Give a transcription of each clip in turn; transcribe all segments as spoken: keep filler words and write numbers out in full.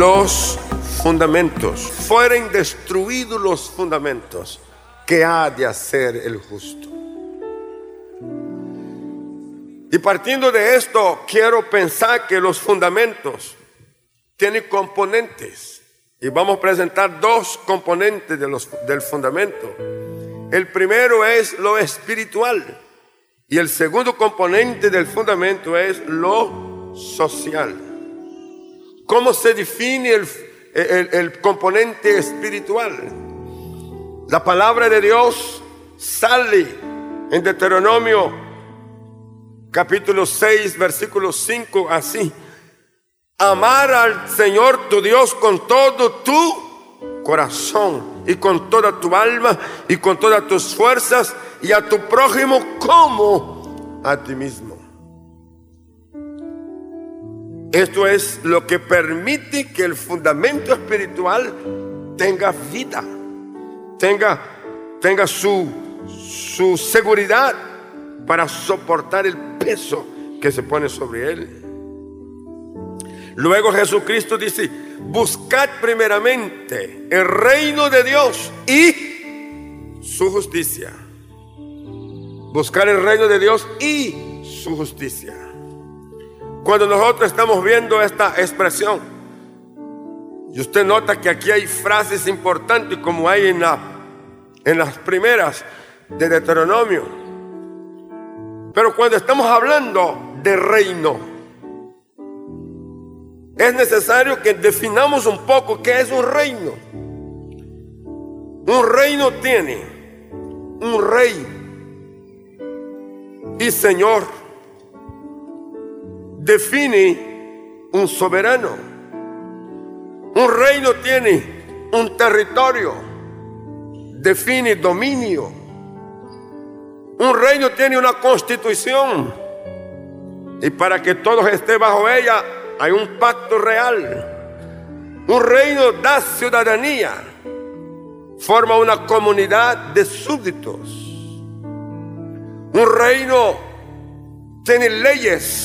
los fundamentos. Fueren destruidos los fundamentos, ¿qué ha de hacer el justo? Y partiendo de esto, quiero pensar que los fundamentos tienen componentes. Y vamos a presentar dos componentes de los, del fundamento. El primero es lo espiritual. Y el segundo componente del fundamento es lo social. ¿Cómo se define el, el, el componente espiritual? La palabra de Dios sale en Deuteronomio capítulo seis, versículo cinco, así: amar al Señor tu Dios con todo tu corazón y con toda tu alma y con todas tus fuerzas, y a tu prójimo como a ti mismo. Esto es lo que permite que el fundamento espiritual tenga vida, tenga, tenga su, su seguridad para soportar el peso que se pone sobre él. Luego Jesucristo dice: buscad primeramente el reino de Dios y su justicia. Buscar el reino de Dios y su justicia. Cuando nosotros estamos viendo esta expresión, y usted nota que aquí hay frases importantes como hay en, la, en las primeras de Deuteronomio. Pero cuando estamos hablando de reino, es necesario que definamos un poco qué es un reino. Un reino tiene un rey y señor. Define un soberano. Un reino tiene un territorio. Define dominio. Un reino tiene una constitución. Y para que todos estén bajo ella, hay un pacto real. Un reino da ciudadanía, forma una comunidad de súbditos. Un reino tiene leyes,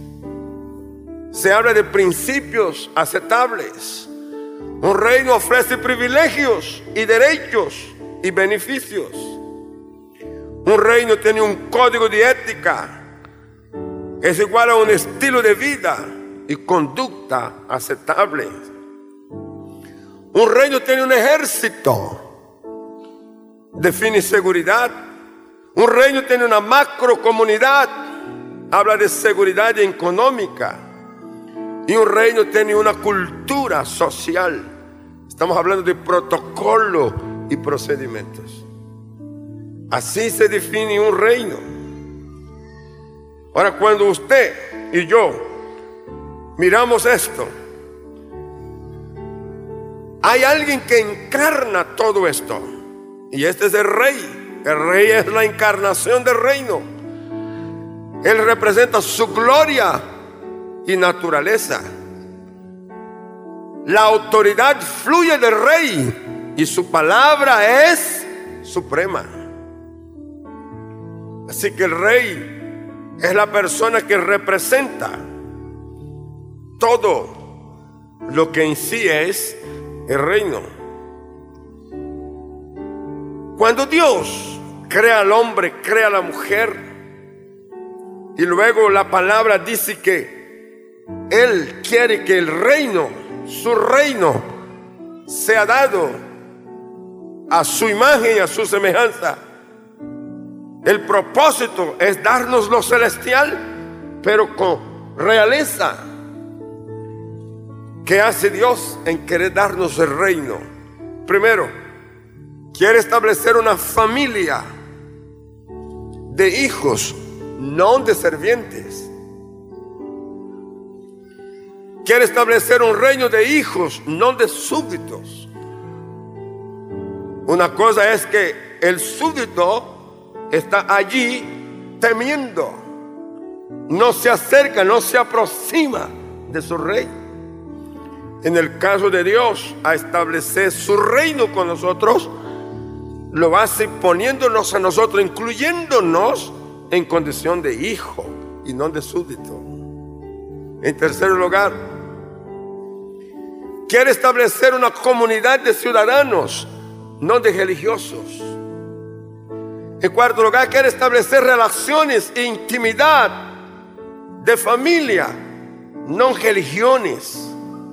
se habla de principios aceptables. Un reino ofrece privilegios y derechos y beneficios. Un reino tiene un código de ética, es igual a un estilo de vida y conducta aceptable. Un reino tiene un ejército, define seguridad. Un reino tiene una macrocomunidad, habla de seguridad económica. Y un reino tiene una cultura social. Estamos hablando de protocolo y procedimientos. Así se define un reino. Ahora, cuando usted y yo miramos esto, hay alguien que encarna todo esto, y este es el rey. El rey es la encarnación del reino. Él representa su gloria y naturaleza. La autoridad fluye del rey y su palabra es suprema. Así que el rey es la persona que representa todo lo que en sí es el reino. Cuando Dios crea al hombre, crea a la mujer, y luego la palabra dice que Él quiere que el reino, su reino, sea dado a su imagen y a su semejanza. El propósito es darnos lo celestial, pero con realeza. ¿Qué hace Dios en querer darnos el reino? Primero, quiere establecer una familia de hijos, no de servientes. Quiere establecer un reino de hijos, no de súbditos. Una cosa es que el súbdito está allí temiendo, no se acerca, no se aproxima de su rey. En el caso de Dios, a establecer su reino con nosotros, lo hace poniéndonos a nosotros, incluyéndonos en condición de hijo y no de súbdito. En tercer lugar, quiere establecer una comunidad de ciudadanos, no de religiosos. En cuarto lugar, quiere establecer relaciones e intimidad de familia, no religiones.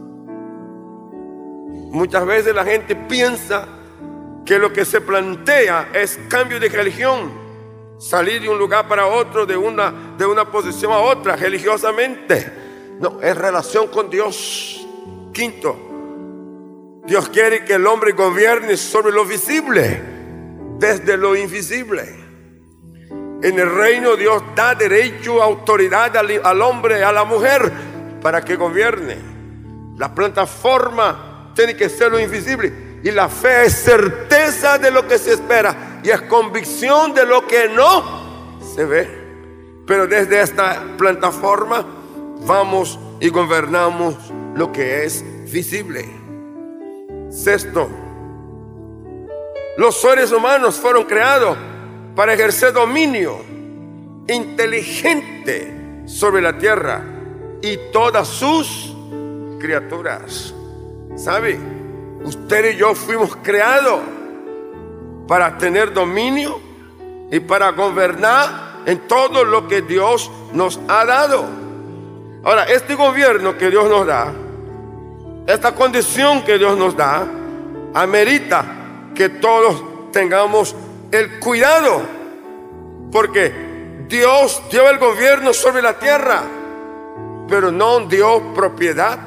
Muchas veces la gente piensa que lo que se plantea es cambio de religión, salir de un lugar para otro, de una, de una posición a otra religiosamente. No, es relación con Dios. Quinto, Dios quiere que el hombre gobierne sobre lo visible, desde lo invisible. En el reino Dios da derecho, autoridad al, al hombre, a la mujer, para que gobierne. La plataforma tiene que ser lo invisible. Y la fe es certeza de lo que se espera y es convicción de lo que no se ve. Pero desde esta plataforma vamos y gobernamos lo que es visible. Sexto, los seres humanos fueron creados para ejercer dominio inteligente sobre la tierra y todas sus criaturas. ¿Sabe? Usted y yo fuimos creados para tener dominio y para gobernar en todo lo que Dios nos ha dado. Ahora, este gobierno que Dios nos da, esta condición que Dios nos da, amerita que todos tengamos el cuidado, porque Dios dio el gobierno sobre la tierra, pero no dio propiedad.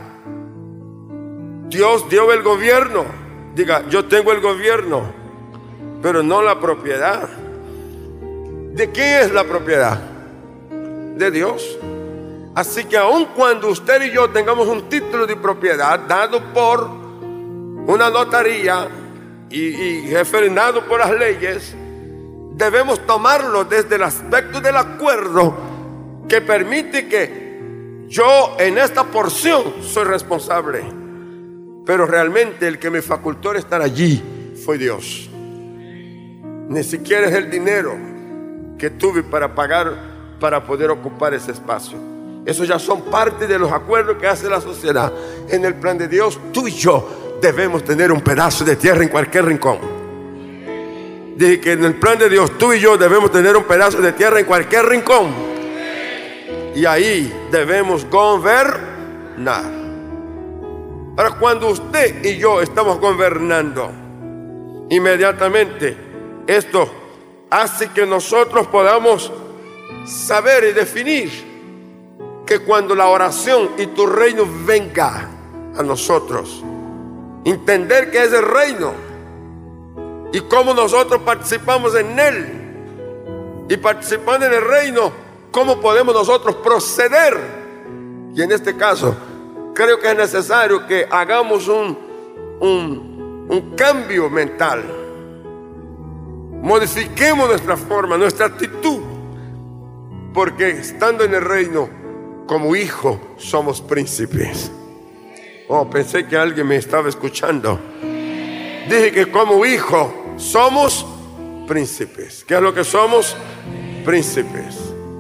Dios dio el gobierno. Diga, yo tengo el gobierno, pero no la propiedad. ¿De quién es la propiedad? De Dios. Así que aun cuando usted y yo tengamos un título de propiedad dado por una notaría y, y refrendado por las leyes, debemos tomarlo desde el aspecto del acuerdo que permite que yo en esta porción soy responsable, pero realmente el que me facultó estar allí fue Dios. Ni siquiera es el dinero que tuve para pagar para poder ocupar ese espacio. Esos ya son parte de los acuerdos que hace la sociedad. En el plan de Dios, tú y yo debemos tener un pedazo de tierra en cualquier rincón. Dije que en el plan de Dios, tú y yo debemos tener un pedazo de tierra en cualquier rincón. Y ahí debemos gobernar. Ahora, cuando usted y yo estamos gobernando, inmediatamente esto hace que nosotros podamos saber y definir que cuando la oración y tu reino venga a nosotros, entender que es el reino y cómo nosotros participamos en él, y participando en el reino, cómo podemos nosotros proceder. Y en este caso creo que es necesario que hagamos un, un, un cambio mental. Modifiquemos nuestra forma, nuestra actitud, porque estando en el reino como hijo somos príncipes. Oh, pensé que alguien me estaba escuchando. Dije que como hijo somos príncipes. ¿Qué es lo que somos? Príncipes.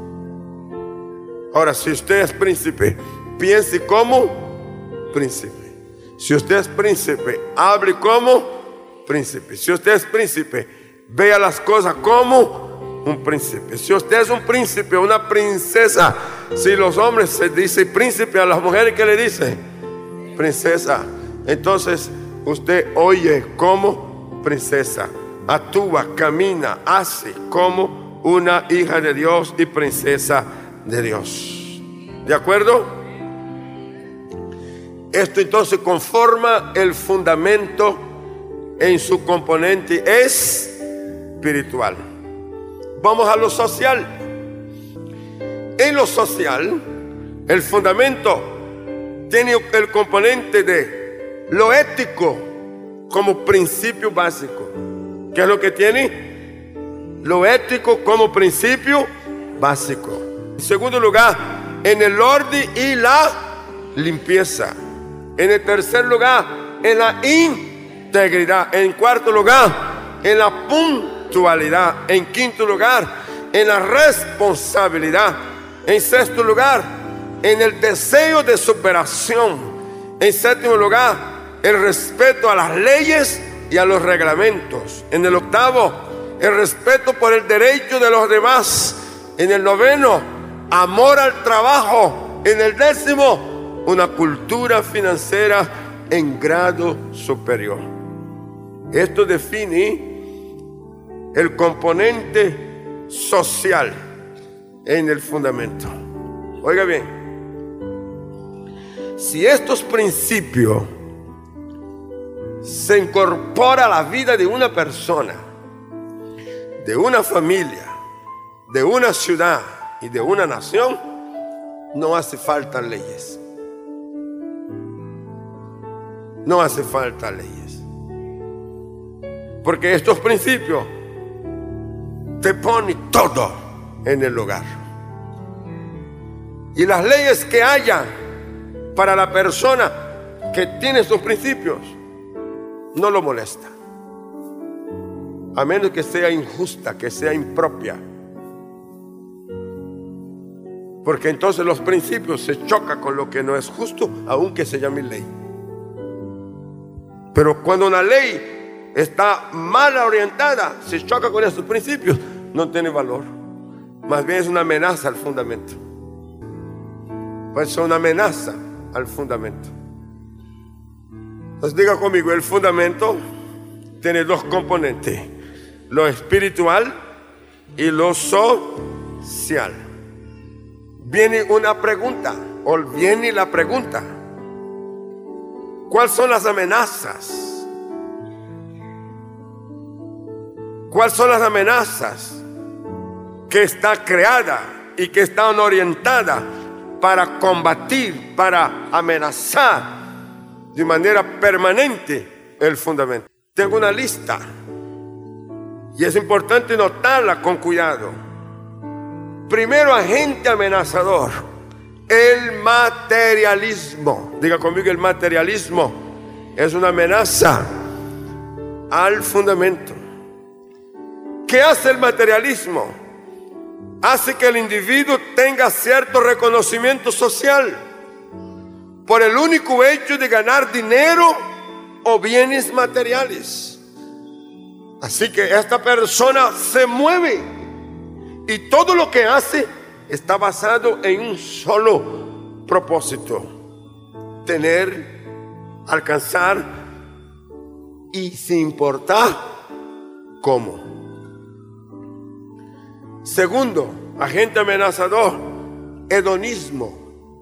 Ahora, si usted es príncipe, piense como príncipe. Si usted es príncipe, hable como príncipe. Si usted es príncipe, vea las cosas como un príncipe. Si usted es un príncipe, una princesa, si los hombres se dicen príncipe, a las mujeres, ¿qué le dicen? Princesa. Entonces usted oye como princesa, actúa, camina, hace como una hija de Dios y princesa de Dios. ¿De acuerdo? Esto entonces conforma el fundamento en su componente espiritual. Vamos a lo social. En lo social, el fundamento tiene el componente de lo ético como principio básico. ¿Qué es lo que tiene? Lo ético como principio básico. En segundo lugar, en el orden y la limpieza. En el tercer lugar, en la integridad. En cuarto lugar, en la puntualidad. En quinto lugar, en la responsabilidad. En sexto lugar, en el deseo de superación. En séptimo lugar, el respeto a las leyes y a los reglamentos. En el octavo, el respeto por el derecho de los demás. En el noveno, amor al trabajo. En el décimo, una cultura financiera en grado superior. Esto define el componente social en el fundamento. Oiga bien, si estos principios se incorporan a la vida de una persona, de una familia, de una ciudad y de una nación, no hace falta leyes. No hace falta leyes. Porque estos principios te ponen todo en el lugar. Y las leyes que haya para la persona que tiene estos principios no lo molesta, a menos que sea injusta, que sea impropia, porque entonces los principios se chocan con lo que no es justo, aunque se llame ley. Pero cuando una ley está mal orientada, se choca con esos principios, no tiene valor. Más bien es una amenaza al fundamento. Pues es una amenaza al fundamento. Entonces diga conmigo, el fundamento tiene dos componentes: lo espiritual y lo social. Viene una pregunta, o viene la pregunta: ¿cuáles son las amenazas? ¿Cuáles son las amenazas que está creada y que están orientadas para combatir, para amenazar de manera permanente el fundamento? Tengo una lista y es importante notarla con cuidado. Primero, agente amenazador: el materialismo. Diga conmigo, el materialismo es una amenaza al fundamento. ¿Qué hace el materialismo? Hace que el individuo tenga cierto reconocimiento social por el único hecho de ganar dinero o bienes materiales. Así que esta persona se mueve y todo lo que hace está basado en un solo propósito: tener, alcanzar, y sin importar cómo. Segundo, agente amenazador: hedonismo.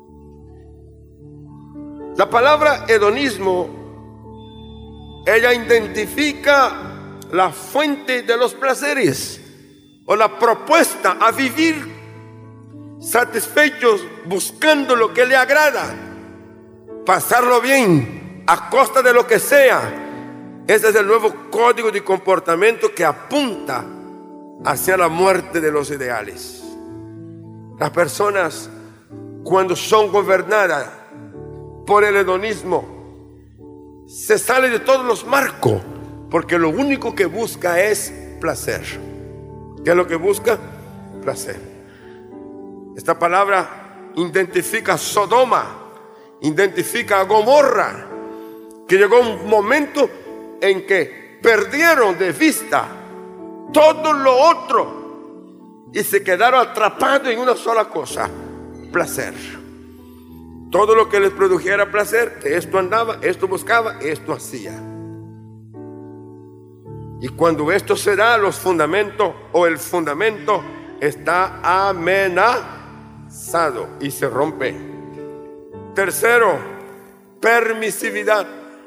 La palabra hedonismo, ella identifica la fuente de los placeres o la propuesta a vivir satisfechos buscando lo que le agrada, pasarlo bien a costa de lo que sea. Ese es el nuevo código de comportamiento que apunta hacia la muerte de los ideales. Las personas, cuando son gobernadas por el hedonismo, se salen de todos los marcos, porque lo único que busca es placer. ¿Qué es lo que busca? Placer. Esta palabra identifica a Sodoma, identifica a Gomorra, que llegó un momento en que perdieron de vista todo lo otro y se quedaron atrapados en una sola cosa: placer. Todo lo que les produjera placer, esto andaba, esto buscaba, esto hacía. Y cuando esto se da, los fundamentos o el fundamento está amenazado y se rompe. Tercero, permisividad.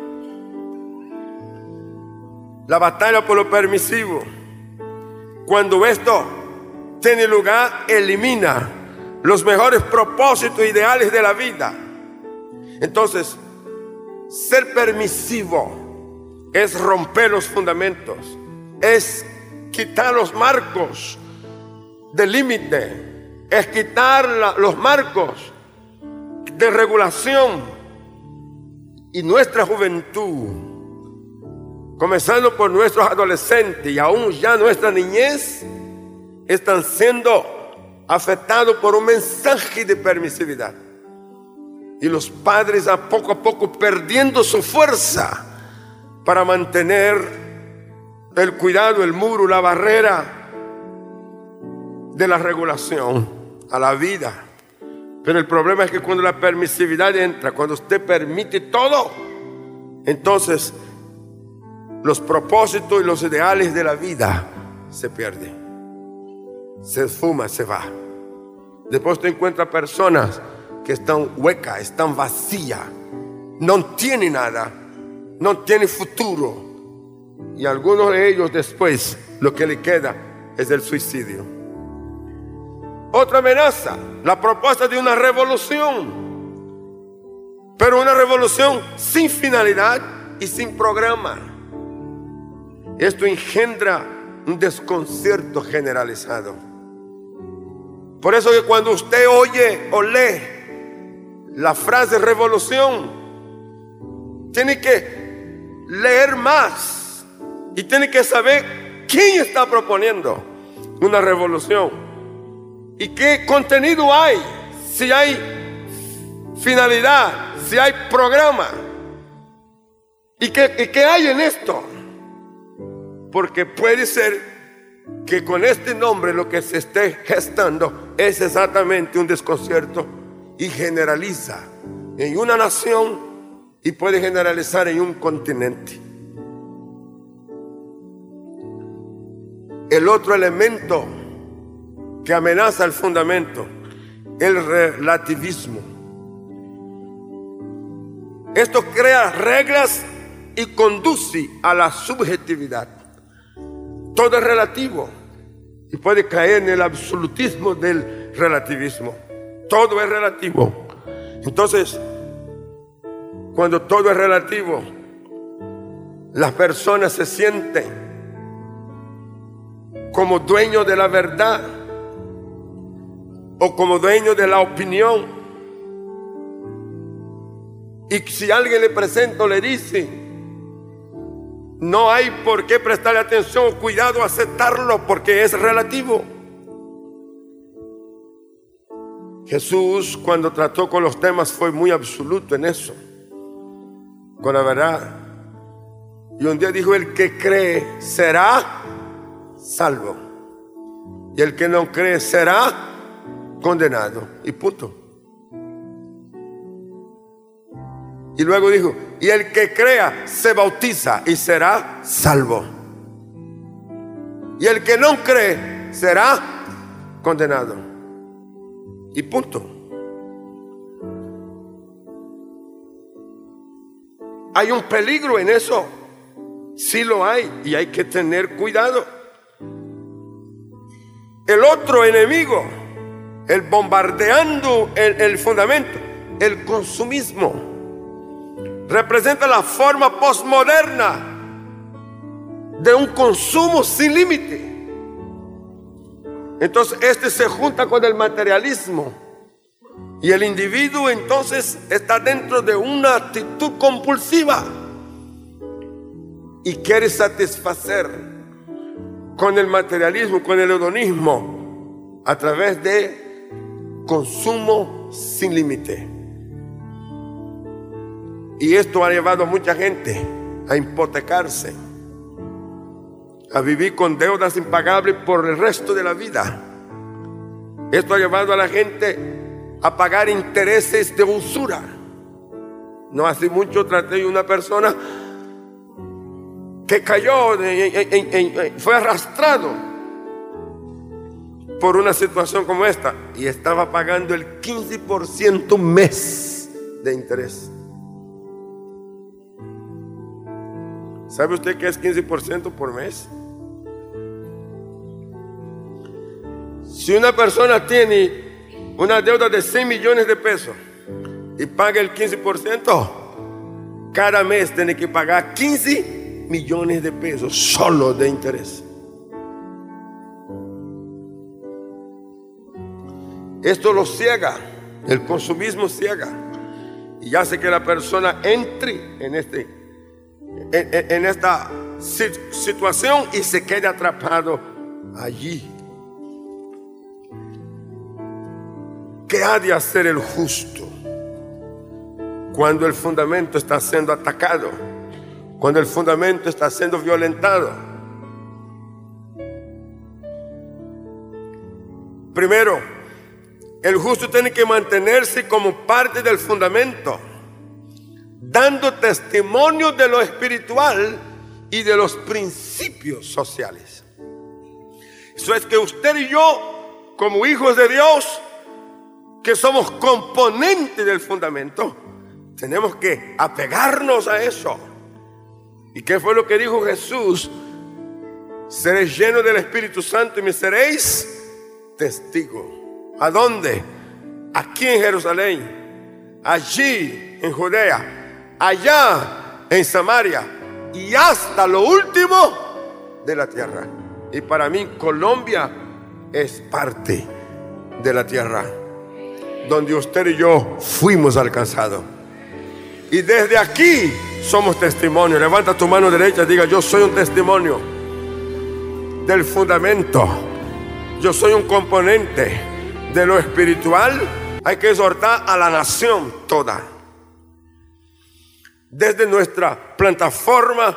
La batalla por lo permisivo, cuando esto tiene lugar, elimina los mejores propósitos ideales de la vida. Entonces, ser permisivo es romper los fundamentos, es quitar los marcos de límite, es quitar la, los marcos de regulación. Y nuestra juventud, comenzando por nuestros adolescentes y aún ya nuestra niñez, están siendo afectados por un mensaje de permisividad. Y los padres a poco a poco perdiendo su fuerza para mantener el cuidado, el muro, la barrera de la regulación a la vida. Pero el problema es que cuando la permisividad entra, cuando usted permite todo, entonces los propósitos y los ideales de la vida se pierden, se esfuma, se va. Después usted encuentra personas que están huecas, están vacías, no tienen nada, no tienen futuro, y algunos de ellos después lo que le queda es el suicidio. Otra amenaza, la propuesta de una revolución, pero una revolución sin finalidad y sin programa. Esto engendra un desconcierto generalizado. Por eso que cuando usted oye o lee la frase revolución, tiene que leer más y tiene que saber quién está proponiendo una revolución y qué contenido hay, si hay finalidad, si hay programa y qué, y qué hay en esto. Porque puede ser que con este nombre lo que se esté gestando es exactamente un desconcierto y generaliza en una nación y puede generalizar en un continente. El otro elemento que amenaza el fundamento, el relativismo. Esto crea reglas y conduce a la subjetividad. Todo es relativo y puede caer en el absolutismo del relativismo. Todo es relativo. Entonces, cuando todo es relativo, las personas se sienten como dueños de la verdad o como dueños de la opinión. Y si alguien le presenta o le dice, no hay por qué prestarle atención o cuidado a aceptarlo porque es relativo. Jesús, cuando trató con los temas, fue muy absoluto en eso, con la verdad. Y un día dijo, el que cree será salvo, y el que no cree será condenado, y punto. Y luego dijo, y el que crea se bautiza y será salvo, y el que no cree será condenado. Y punto. ¿Hay un peligro en eso? Sí lo hay, y hay que tener cuidado. El otro enemigo, el bombardeando el, el fundamento, el consumismo, representa la forma postmoderna de un consumo sin límite. Entonces este se junta con el materialismo y el individuo entonces está dentro de una actitud compulsiva y quiere satisfacer con el materialismo, con el hedonismo, a través de consumo sin límite. Y esto ha llevado a mucha gente a hipotecarse, a vivir con deudas impagables por el resto de la vida. Esto ha llevado a la gente a pagar intereses de usura. No hace mucho traté de una persona que cayó, en, en, en, en, fue arrastrado por una situación como esta y estaba pagando el quince por ciento un mes de interés. ¿Sabe usted qué es quince por ciento por mes? Si una persona tiene una deuda de cien millones de pesos y paga el quince por ciento, cada mes tiene que pagar quince millones de pesos solo de interés. Esto lo ciega, el consumismo ciega y hace que la persona entre en, este, en, en esta situación y se quede atrapado allí. ¿Qué ha de hacer el justo? cuando el fundamento está siendo atacado, cuando el fundamento está siendo violentado. Primero, el justo tiene que mantenerse como parte del fundamento, dando testimonio de lo espiritual y de los principios sociales. Eso es que usted y yo, como hijos de Dios, que somos componentes del fundamento, tenemos que apegarnos a eso. ¿Y qué fue lo que dijo Jesús? Seréis llenos del Espíritu Santo y me seréis testigos. ¿A dónde? Aquí en Jerusalén, allí en Judea, allá en Samaria y hasta lo último de la tierra. Y para mí Colombia es parte de la tierra donde usted y yo fuimos alcanzados. Y desde aquí somos testimonio. Levanta tu mano derecha y diga: yo soy un testimonio del fundamento. Yo soy un componente de lo espiritual. Hay que exhortar a la nación toda. Desde nuestra plataforma,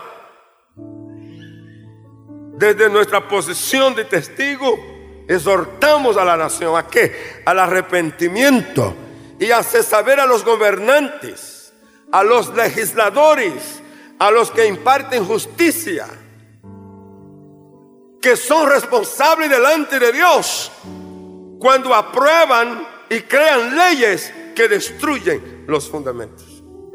desde nuestra posición de testigo, exhortamos a la nación. ¿A qué? Al arrepentimiento. Y hacer saber a los gobernantes, a los legisladores, a los que imparten justicia, que son responsables delante de Dios cuando aprueban y crean leyes que destruyen los fundamentos.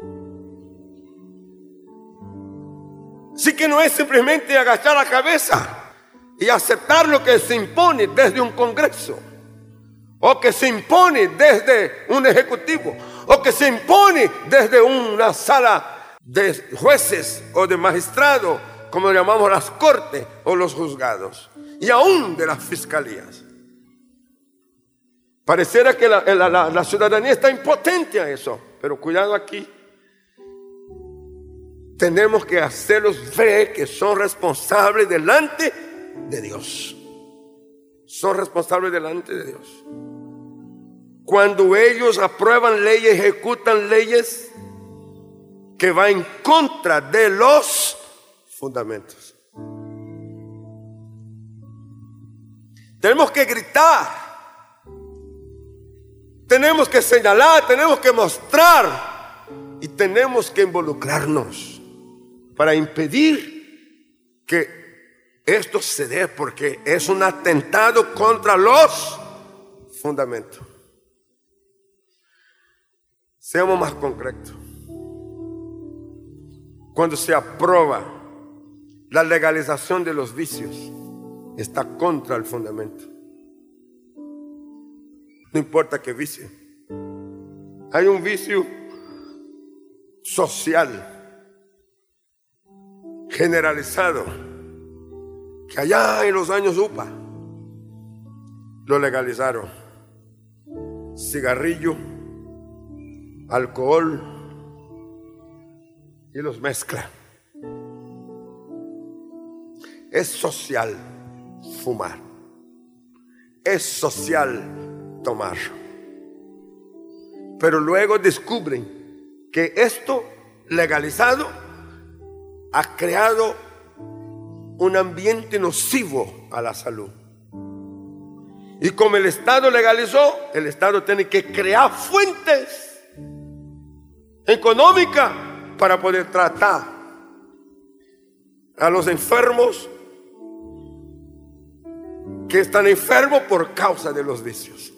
Así que no es simplemente agachar la cabeza y aceptar lo que se impone desde un Congreso, o que se impone desde un Ejecutivo, o que se impone desde una sala de jueces o de magistrados, como llamamos las cortes o los juzgados, y aún de las fiscalías. Pareciera que la, la, la, la ciudadanía está impotente a eso, pero cuidado aquí. Tenemos que hacerlos ver que son responsables delante de Dios. Son responsables delante de Dios. Cuando ellos aprueban leyes, ejecutan leyes que van en contra de los fundamentos. Tenemos que gritar, tenemos que señalar, tenemos que mostrar y tenemos que involucrarnos para impedir que esto se dé, porque es un atentado contra los fundamentos. Seamos más concretos. Cuando se aprueba la legalización de los vicios, está contra el fundamento. No importa qué vicio. Hay un vicio social generalizado que allá en los años U P A lo legalizaron. Cigarrillo, alcohol, y los mezclan. Es social fumar, es social tomar, pero luego descubren que esto legalizado ha creado un ambiente nocivo a la salud. Y como el Estado legalizó, el Estado tiene que crear fuentes económicas para poder tratar a los enfermos que están enfermos por causa de los vicios.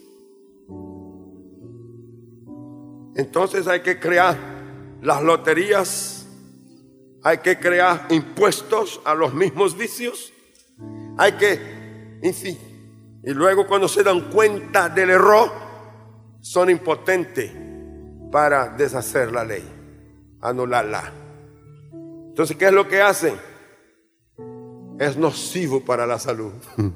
Entonces hay que crear las loterías, hay que crear impuestos a los mismos vicios, hay que, en fin. Y luego cuando se dan cuenta del error, son impotentes para deshacer la ley, anularla. Entonces, ¿qué es lo que hacen? Es nocivo para la salud.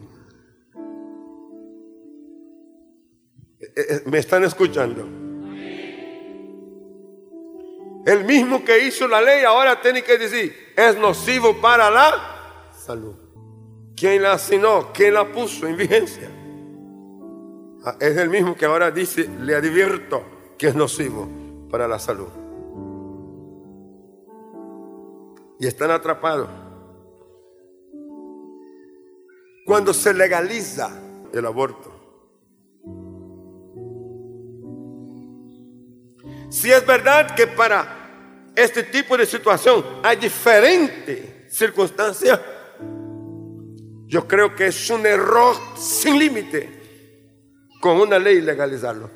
¿Me están escuchando? El mismo que hizo la ley ahora tiene que decir, es nocivo para la salud. ¿Quién la asignó? ¿Quién la puso en vigencia? Es el mismo que ahora dice, le advierto que es nocivo para la salud. y están atrapados. Cuando se legaliza el aborto, si es verdad que para este tipo de situación hay diferentes circunstancias, yo creo que es un error sin límite con una ley legalizarlo,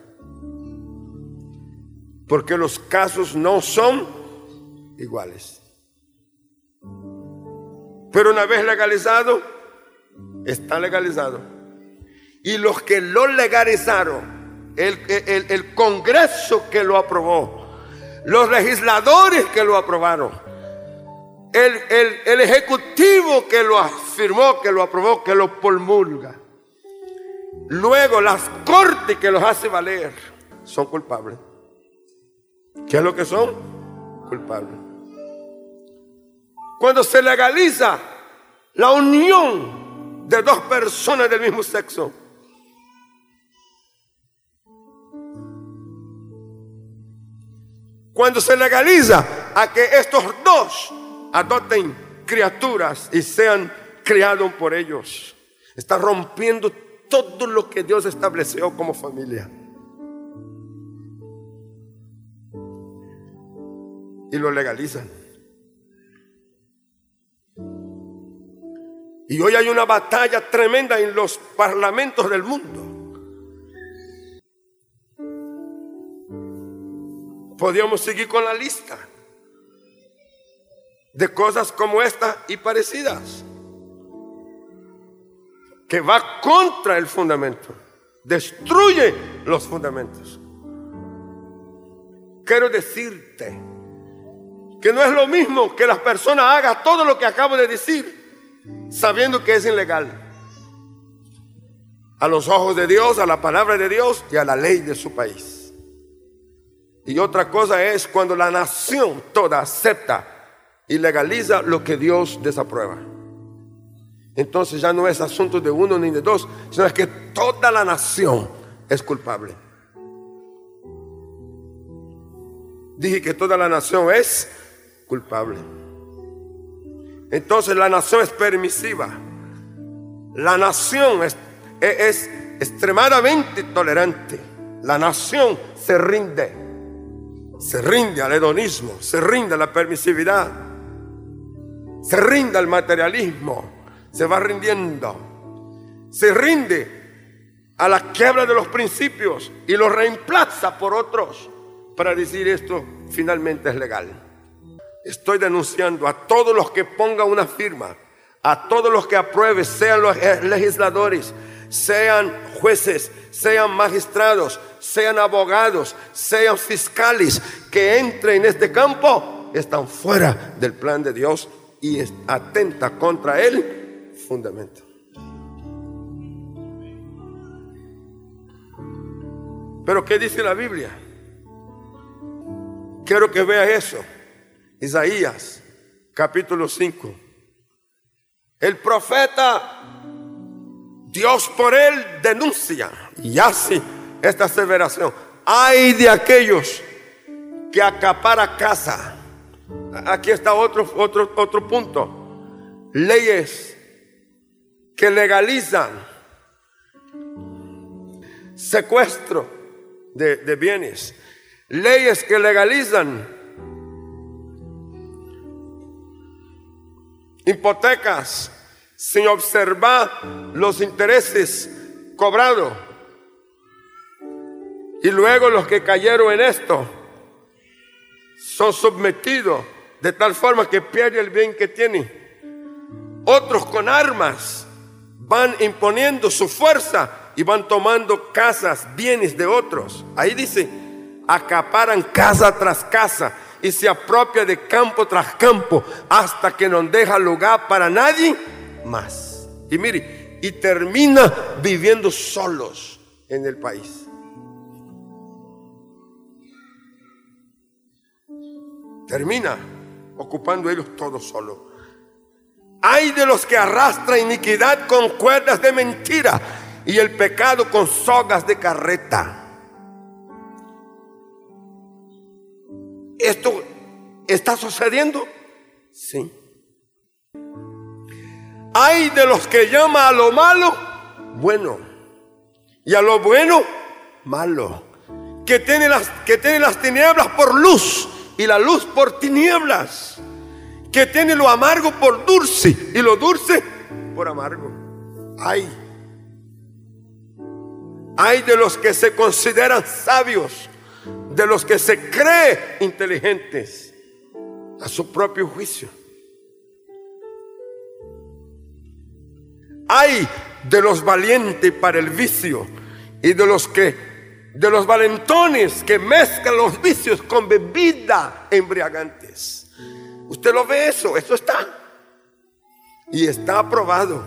porque los casos no son iguales. Pero una vez legalizado, está legalizado. Y los que lo legalizaron, el, el, el Congreso que lo aprobó, los legisladores que lo aprobaron, el, el, el Ejecutivo que lo afirmó, que lo aprobó, que lo promulga, luego las cortes que los hace valer, son culpables. ¿Qué es lo que son? Culpables. Cuando se legaliza la unión de dos personas del mismo sexo, cuando se legaliza a que estos dos adopten criaturas y sean criados por ellos, está rompiendo todo lo que Dios estableció como familia. Y lo legalizan. Y hoy hay una batalla tremenda en los parlamentos del mundo. Podríamos seguir con la lista de cosas como esta y parecidas, que va contra el fundamento, destruye los fundamentos. Quiero decirte que no es lo mismo que las personas hagan todo lo que acabo de decir sabiendo que es ilegal, a los ojos de Dios, a la palabra de Dios y a la ley de su país. Y otra cosa es cuando la nación toda acepta y legaliza lo que Dios desaprueba. Entonces ya no es asunto de uno ni de dos, sino es que toda la nación es culpable. Dije que toda la nación es culpable. Entonces la nación es permisiva. La nación es, es, es extremadamente tolerante. La nación se rinde. Se rinde al hedonismo, se rinde a la permisividad, se rinde al materialismo, se va rindiendo. Se rinde a la quiebra de los principios y los reemplaza por otros para decir esto finalmente es legal. Estoy denunciando a todos los que pongan una firma, a todos los que aprueben, sean los legisladores, sean jueces, sean magistrados, sean abogados, sean fiscales, que entren en este campo, están fuera del plan de Dios y atenta contra el fundamento. Pero ¿qué dice la Biblia? Quiero que veas eso. Isaías, capítulo cinco. El profeta, Dios por él denuncia y hace esta aseveración: ay de aquellos que acaparan casa. Aquí está otro, otro, otro punto. Leyes que legalizan secuestro de, de bienes. Leyes que legalizan hipotecas sin observar los intereses cobrados. Y luego los que cayeron en esto son sometidos de tal forma que pierden el bien que tienen. Otros con armas van imponiendo su fuerza y van tomando casas, bienes de otros. Ahí dice, acaparan casa tras casa y se apropia de campo tras campo hasta que no deja lugar para nadie más. Y mire, y termina viviendo solos en el país. Termina ocupando ellos todos solos. Ay de los que arrastran iniquidad con cuerdas de mentira y el pecado con sogas de carreta. ¿Esto está sucediendo? Sí. Hay de los que llama a lo malo bueno y a lo bueno malo, que tiene las, que tiene las tinieblas por luz y la luz por tinieblas, que tiene lo amargo por dulce y lo dulce por amargo. Hay, hay de los que se consideran sabios, de los que se creen inteligentes a su propio juicio. Hay de los valientes para el vicio y de los que de los valentones que mezclan los vicios con bebida embriagantes. Usted lo ve eso, eso está y está aprobado.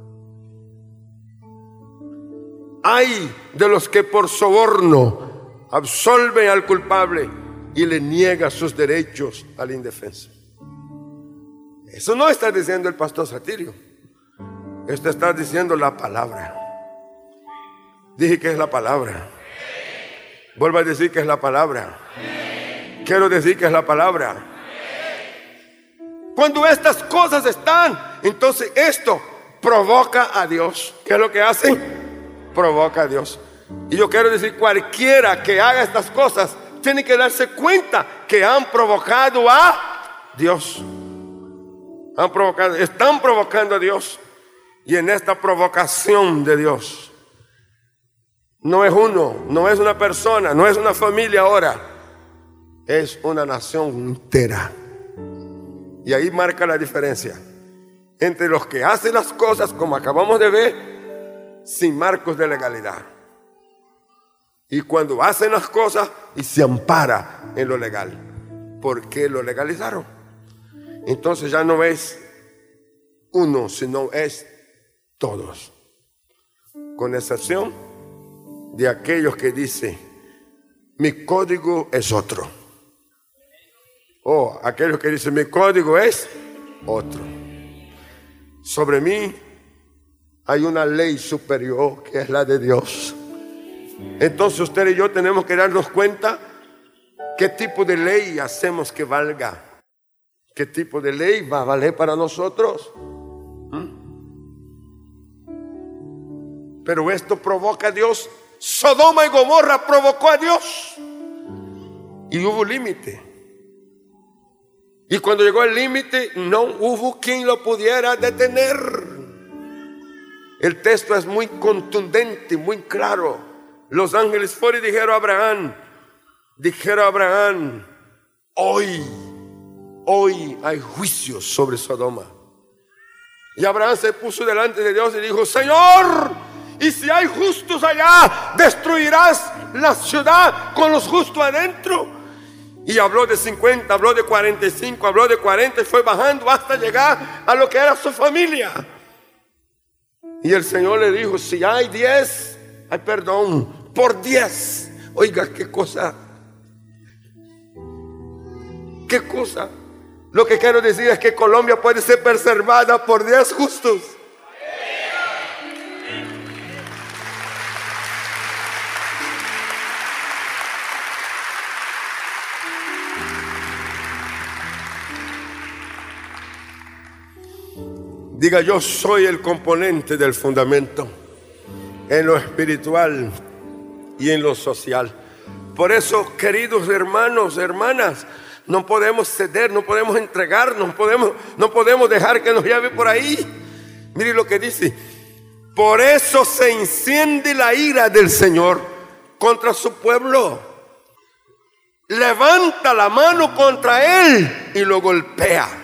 Hay de los que por soborno absolven al culpable y le niegan sus derechos al indefenso. Eso no está diciendo el pastor Satirio, esto está diciendo la palabra. Dije que es la palabra. Vuelvo a decir que es la palabra. Quiero decir que es la palabra. Cuando estas cosas están, entonces esto provoca a Dios. ¿Qué es lo que hace? Provoca a Dios. Y yo quiero decir, cualquiera que haga estas cosas tiene que darse cuenta que han provocado a Dios. Han provocado, están provocando a Dios. Y en esta provocación de Dios, no es uno, no es una persona, no es una familia ahora, es una nación entera. Y ahí marca la diferencia entre los que hacen las cosas, como acabamos de ver, sin marcos de legalidad, y cuando hacen las cosas y se ampara en lo legal. ¿Por qué lo legalizaron? Entonces ya no es uno, sino es todos, con excepción de aquellos que dicen mi código es otro, o aquellos que dicen mi código es otro. Sobre mí hay una ley superior que es la de Dios. Entonces usted y yo tenemos que darnos cuenta qué tipo de ley hacemos que valga, qué tipo de ley va a valer para nosotros. ¿Mm? Pero esto provoca a Dios. Sodoma y Gomorra provocó a Dios y hubo límite. Y cuando llegó el límite, no hubo quien lo pudiera detener. El texto es muy contundente, muy claro. Los ángeles fueron y dijeron a Abraham, dijeron a Abraham, hoy, hoy hay juicio sobre Sodoma. Y Abraham se puso delante de Dios y dijo, Señor, y si hay justos allá, ¿destruirás la ciudad con los justos adentro? Y habló de cincuenta, habló de cuarenta y cinco, habló de cuarenta y fue bajando hasta llegar a lo que era su familia. Y el Señor le dijo, si hay diez, hay perdón por diez. Oiga, qué cosa, qué cosa. Lo que quiero decir es que Colombia puede ser preservada por diez justos. Diga, yo soy el componente del fundamento en lo espiritual y en lo social. Por eso, queridos hermanos, hermanas, no podemos ceder, no podemos entregarnos, no podemos, no podemos dejar que nos lleve por ahí. Mire lo que dice. Por eso se enciende la ira del Señor contra su pueblo. Levanta la mano contra él y lo golpea.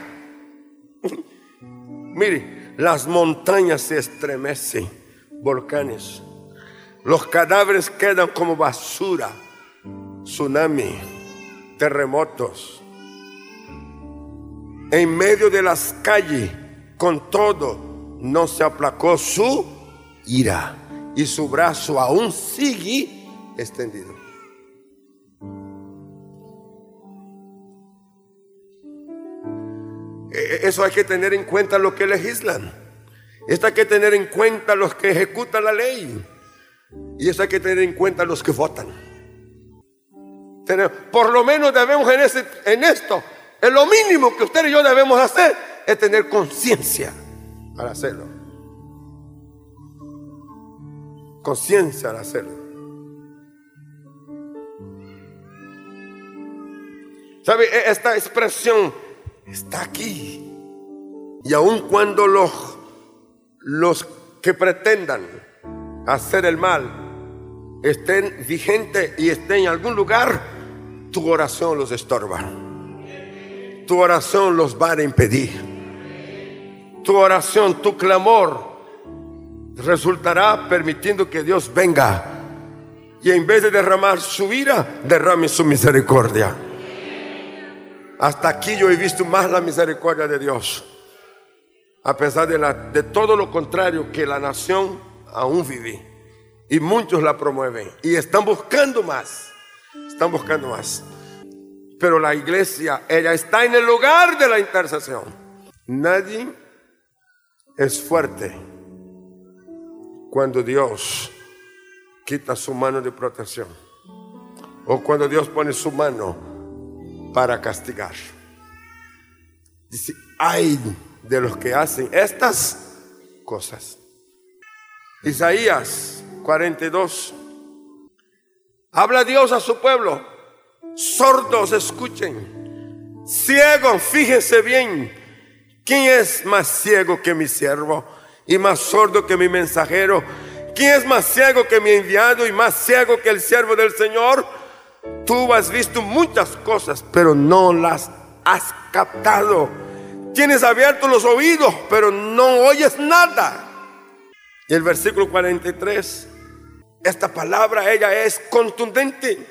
Mire, las montañas se estremecen, volcanes. Los cadáveres quedan como basura, tsunami, terremotos. En medio de las calles, con todo, no se aplacó su ira y su brazo aún sigue extendido. Eso hay que tener en cuenta los que legislan. Esto hay que tener en cuenta los que ejecutan la ley. Y eso hay que tener en cuenta los que votan. Por lo menos debemos en, ese, en esto Es lo mínimo que usted y yo debemos hacer, es tener conciencia al hacerlo. Conciencia al hacerlo. ¿Sabe? Esta expresión está aquí. Y aun cuando los, los que pretendan hacer el mal estén vigentes y estén en algún lugar, tu oración los estorba. Tu oración los va a impedir. Tu oración, tu clamor resultará permitiendo que Dios venga y en vez de derramar su ira, derrame su misericordia. Hasta aquí yo he visto más la misericordia de Dios, a pesar de, la, de todo lo contrario que la nación aún vive, y muchos la promueven y están buscando más, están buscando más. Pero la iglesia, ella está en el lugar de la intercesión. Nadie es fuerte cuando Dios quita su mano de protección o cuando Dios pone su mano para castigar. Dice, ay de los que hacen estas cosas. Isaías cuarenta y dos. Habla Dios a su pueblo. Sordos escuchen, ciegos fíjense bien. ¿Quién es más ciego que mi siervo y más sordo que mi mensajero? ¿Quién es más ciego que mi enviado y más ciego que el siervo del Señor? Tú has visto muchas cosas, pero no las has captado. Tienes abiertos los oídos, pero no oyes nada. Y el versículo cuarenta y tres, esta palabra, ella es contundente.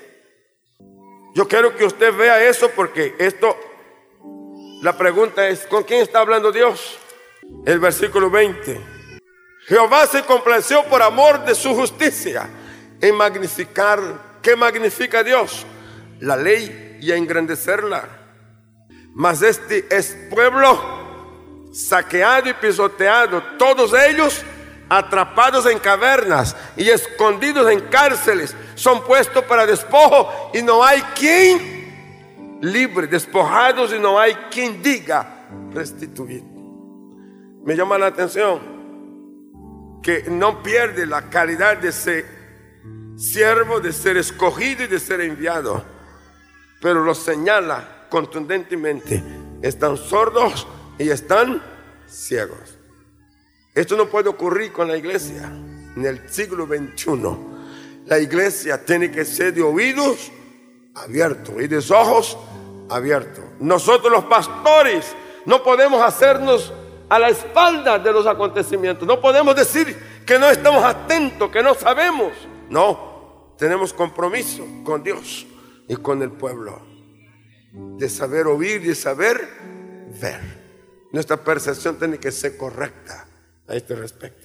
Yo quiero que usted vea eso, porque esto, la pregunta es, ¿con quién está hablando Dios? El versículo veinte. Jehová se complació por amor de su justicia en magnificar. ¿Qué magnifica Dios? La ley y a engrandecerla. Mas este es pueblo saqueado y pisoteado, todos ellos atrapados en cavernas y escondidos en cárceles, son puestos para despojo y no hay quien libre, despojados y no hay quien diga restituir. Me llama la atención que no pierde la calidad de ser siervo, de ser escogido y de ser enviado, pero lo señala contundentemente: están sordos y están ciegos. Esto no puede ocurrir con la iglesia en el siglo veintiuno. La iglesia tiene que ser de oídos abiertos y de ojos abiertos. Nosotros los pastores no podemos hacernos a la espalda de los acontecimientos. No podemos decir que no estamos atentos, que no sabemos. No, tenemos compromiso con Dios y con el pueblo, de saber oír y de saber ver. Nuestra percepción tiene que ser correcta a este respecto.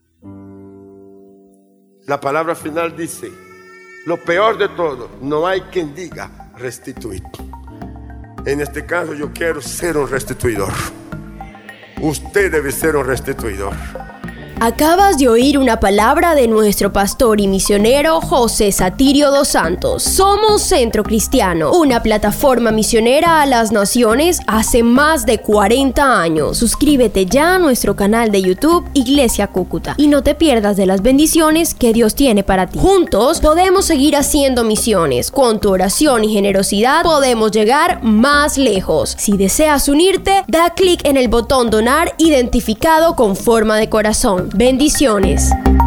La palabra final dice: lo peor de todo, no hay quien diga restituir. En este caso yo quiero ser un restituidor. Usted debe ser un restituidor. Acabas de oír una palabra de nuestro pastor y misionero José Satirio dos Santos. Somos Centro Cristiano, una plataforma misionera a las naciones hace más de cuarenta años. Suscríbete ya a nuestro canal de YouTube Iglesia Cúcuta y no te pierdas de las bendiciones que Dios tiene para ti. Juntos podemos seguir haciendo misiones. Con tu oración y generosidad podemos llegar más lejos. Si deseas unirte, da clic en el botón donar identificado con forma de corazón. Bendiciones.